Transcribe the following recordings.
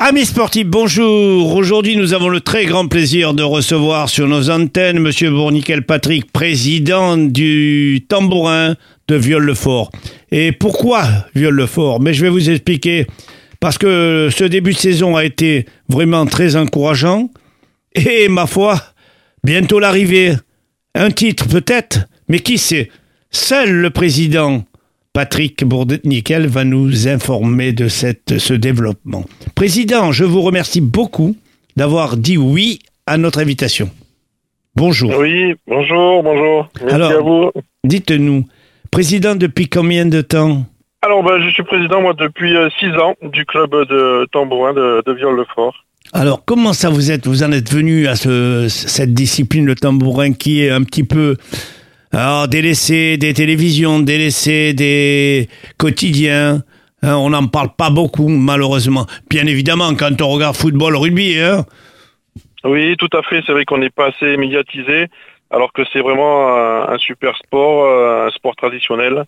Amis sportifs, bonjour. Aujourd'hui, nous avons le très grand plaisir de recevoir sur nos antennes Monsieur Bourniquel Patrick, président du Tambourin de Viol-le-Fort. Et pourquoi Viol-le-Fort? Mais je vais vous expliquer. Parce que ce début de saison a été vraiment très encourageant. Et ma foi, bientôt l'arrivée. Un titre peut-être, mais qui sait? Seul le président Patrick Bourniquel va nous informer de ce développement. Président, je vous remercie beaucoup d'avoir dit oui à notre invitation. Bonjour. Oui, bonjour. Merci Alors, à vous. Dites-nous, président depuis combien de temps? Alors, je suis président, moi, depuis 6 ans du club de tambourin de Viol-le-Fort. Alors, comment ça vous en êtes venu à cette discipline, le tambourin, qui est un petit peu... Alors, délaissé des télévisions, délaissé des quotidiens, hein, on n'en parle pas beaucoup, malheureusement. Bien évidemment, quand on regarde football, rugby, hein. Oui, tout à fait, c'est vrai qu'on n'est pas assez médiatisé, alors que c'est vraiment un super sport, un sport traditionnel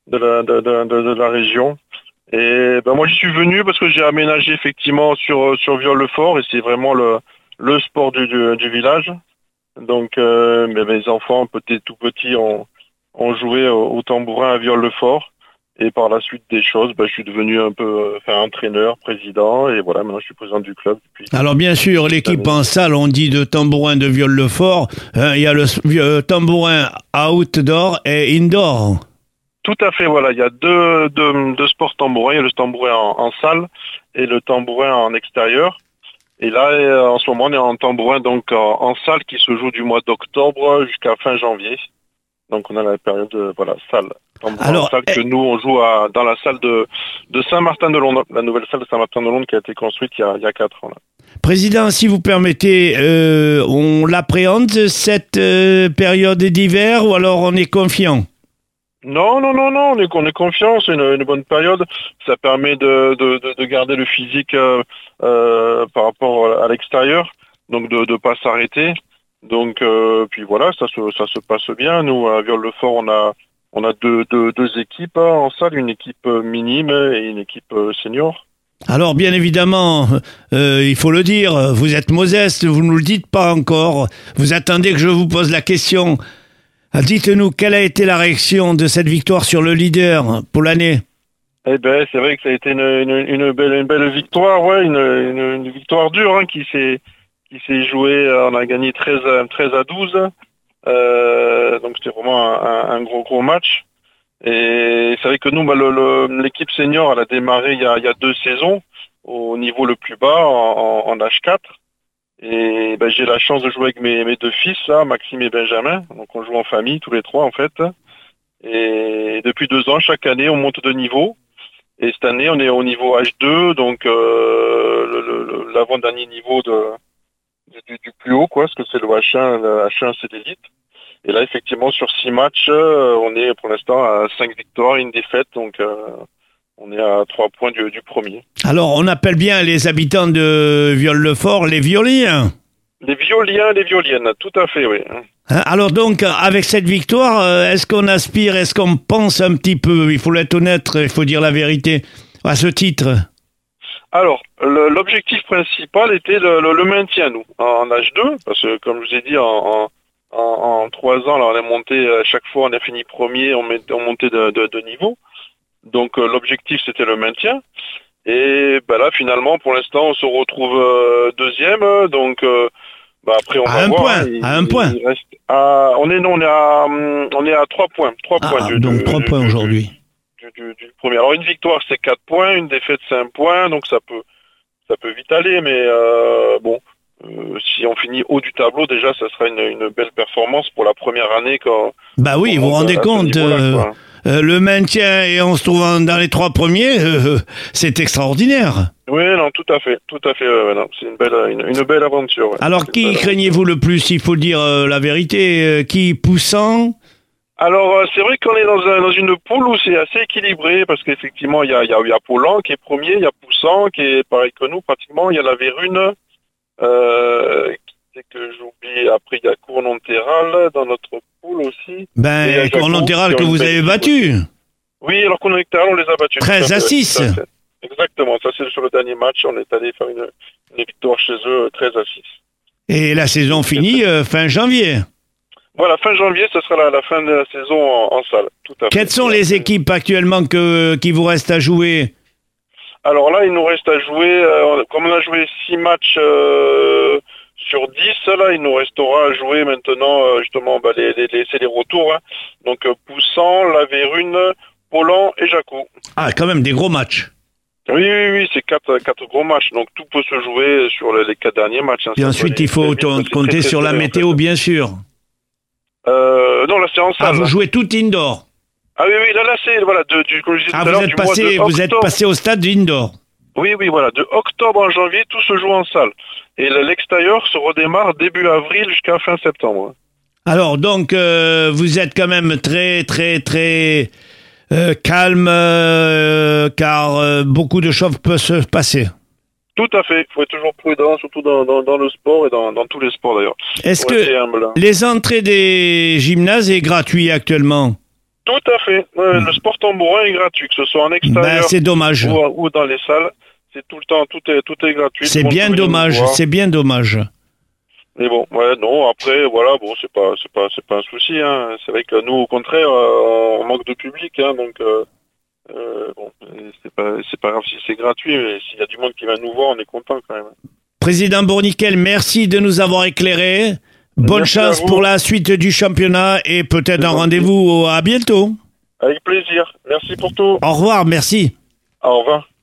de la région. Et moi, j'y suis venu parce que j'ai aménagé effectivement sur Viol-le-Fort, et c'est vraiment le sport du village. Donc mes enfants, tout petits, ont joué au tambourin à Viol-le-Fort. Et par la suite des choses, je suis devenu un peu entraîneur, président. Et voilà, maintenant je suis président du club. Alors bien sûr, l'équipe en salle, on dit de tambourin de Viol-le-Fort. Il y a le tambourin outdoor et indoor. Tout à fait, voilà. Il y a deux sports tambourins. Il y a le tambourin en salle et le tambourin en extérieur. Et là, en ce moment, on est en tambourin donc en salle qui se joue du mois d'octobre jusqu'à fin janvier. Donc on a la période salle. Alors, salle que nous on joue dans la salle de Saint-Martin-de-Londres, la nouvelle salle de Saint-Martin-de-Londres qui a été construite il y a 4 ans. Là. Président, si vous permettez, on l'appréhende cette période d'hiver ou alors on est confiant? Non, on est confiant, c'est une bonne période. Ça permet de garder le physique par rapport à l'extérieur, donc de pas s'arrêter. Donc puis voilà, ça se passe bien. Nous à Viol-le-Fort, on a deux équipes en salle, une équipe minime et une équipe senior. Alors bien évidemment, il faut le dire, vous êtes modeste, vous ne nous le dites pas encore. Vous attendez que je vous pose la question. Dites-nous, quelle a été la réaction de cette victoire sur le leader pour l'année? Eh ben, c'est vrai que ça a été une belle victoire, ouais, une victoire dure qui s'est jouée. On a gagné 13 à 12. Donc c'était vraiment un gros match. Et c'est vrai que nous, l'équipe senior, elle a démarré il y a 2 saisons au niveau le plus bas en H4. Et j'ai la chance de jouer avec mes 2 fils, là, Maxime et Benjamin. Donc on joue en famille, tous les 3 en fait. Et depuis 2 ans, chaque année, on monte de niveau. Et cette année, on est au niveau H2, donc l'avant-dernier niveau du plus haut, quoi, parce que c'est le H1, c'est l'élite. Et là, effectivement, sur 6 matchs, on est pour l'instant à 5 victoires et 1 défaite, donc on est à 3 points du premier. Alors, on appelle bien les habitants de Viol-le-Fort les violiens. Les violiens, les violiennes, tout à fait, oui. Alors donc, avec cette victoire, est-ce qu'on aspire, est-ce qu'on pense un petit peu, il faut être honnête, il faut dire la vérité, à ce titre? Alors, l'objectif principal était le maintien, nous, en H2, parce que, comme je vous ai dit, en 3 ans, là, on est monté, à chaque fois, on a fini premier, on montait de niveau. Donc, l'objectif, c'était le maintien. Et là, finalement, pour l'instant, on se retrouve deuxième, donc... après on va voir. À un point. Il reste on est à 3 points. 3 points donc 3 points aujourd'hui. Du premier. Alors une victoire c'est 4 points, une défaite c'est 1 point, donc ça peut vite aller, mais si on finit haut du tableau, déjà ça sera une belle performance pour la première année quand. Oui, vous vous rendez compte. Le maintien et en se trouvant dans les 3 premiers, c'est extraordinaire. Oui, non, tout à fait. Non, c'est une belle aventure. Ouais. Alors, qui craignez-vous le plus, il faut dire la vérité, qui poussant? Alors, c'est vrai qu'on est dans une poule où c'est assez équilibré, parce qu'effectivement, il y a Paulan qui est premier, il y a Poussant qui est pareil que nous, pratiquement, il y a la Vérune, que j'oublie, après il y a Cournonterral dans notre poule aussi. Cournonterral que vous avez battu. Oui, alors Cournonterral, on les a battus. 13 à 6. Exactement, ça c'est sur le dernier match, on est allé faire une victoire chez eux 13-6. Et la saison finit fin janvier. Voilà, fin janvier, ce sera la fin de la saison en salle. Tout à fait. Quelles sont les équipes actuellement qui vous restent à jouer? Alors là, il nous reste à jouer, comme on a joué 6 matchs sur 10, là, il nous restera à jouer maintenant, justement, c'est les retours. Hein. Donc, Poussan, La Vérune, Pollan et Jacou. Ah, quand même, des gros matchs. Oui, c'est quatre gros matchs. Donc, tout peut se jouer sur les 4 derniers matchs. Hein. Et ensuite, il faut compter sur la météo, bien sûr. Non, là, c'est en salle. Ah, vous jouez tout indoor? Ah oui, là, c'est, voilà, comme je disais tout à l'heure, vous êtes passé au stade indoor? Oui, voilà, de octobre en janvier, tout se joue en salle. Et l'extérieur se redémarre début avril jusqu'à fin septembre. Alors, donc, vous êtes quand même très, très, très calme, car beaucoup de choses peuvent se passer. Tout à fait, il faut être toujours prudent, surtout dans le sport et dans tous les sports d'ailleurs. Est-ce que les entrées des gymnases est gratuit actuellement? Tout à fait. Le sport tambourin est gratuit, que ce soit en extérieur c'est dommage. Ou dans les salles. C'est tout le temps, tout est gratuit. C'est bien dommage, c'est bien dommage. Mais bon, non, après, voilà, bon, c'est pas un souci, hein. C'est vrai que nous, au contraire, on manque de public, hein, donc, bon, c'est pas grave si c'est gratuit, mais s'il y a du monde qui va nous voir, on est content quand même. Président Bourniquel, merci de nous avoir éclairés. Bonne chance pour la suite du championnat et peut-être un rendez-vous à bientôt. Avec plaisir. Merci pour tout. Au revoir, merci. Au revoir.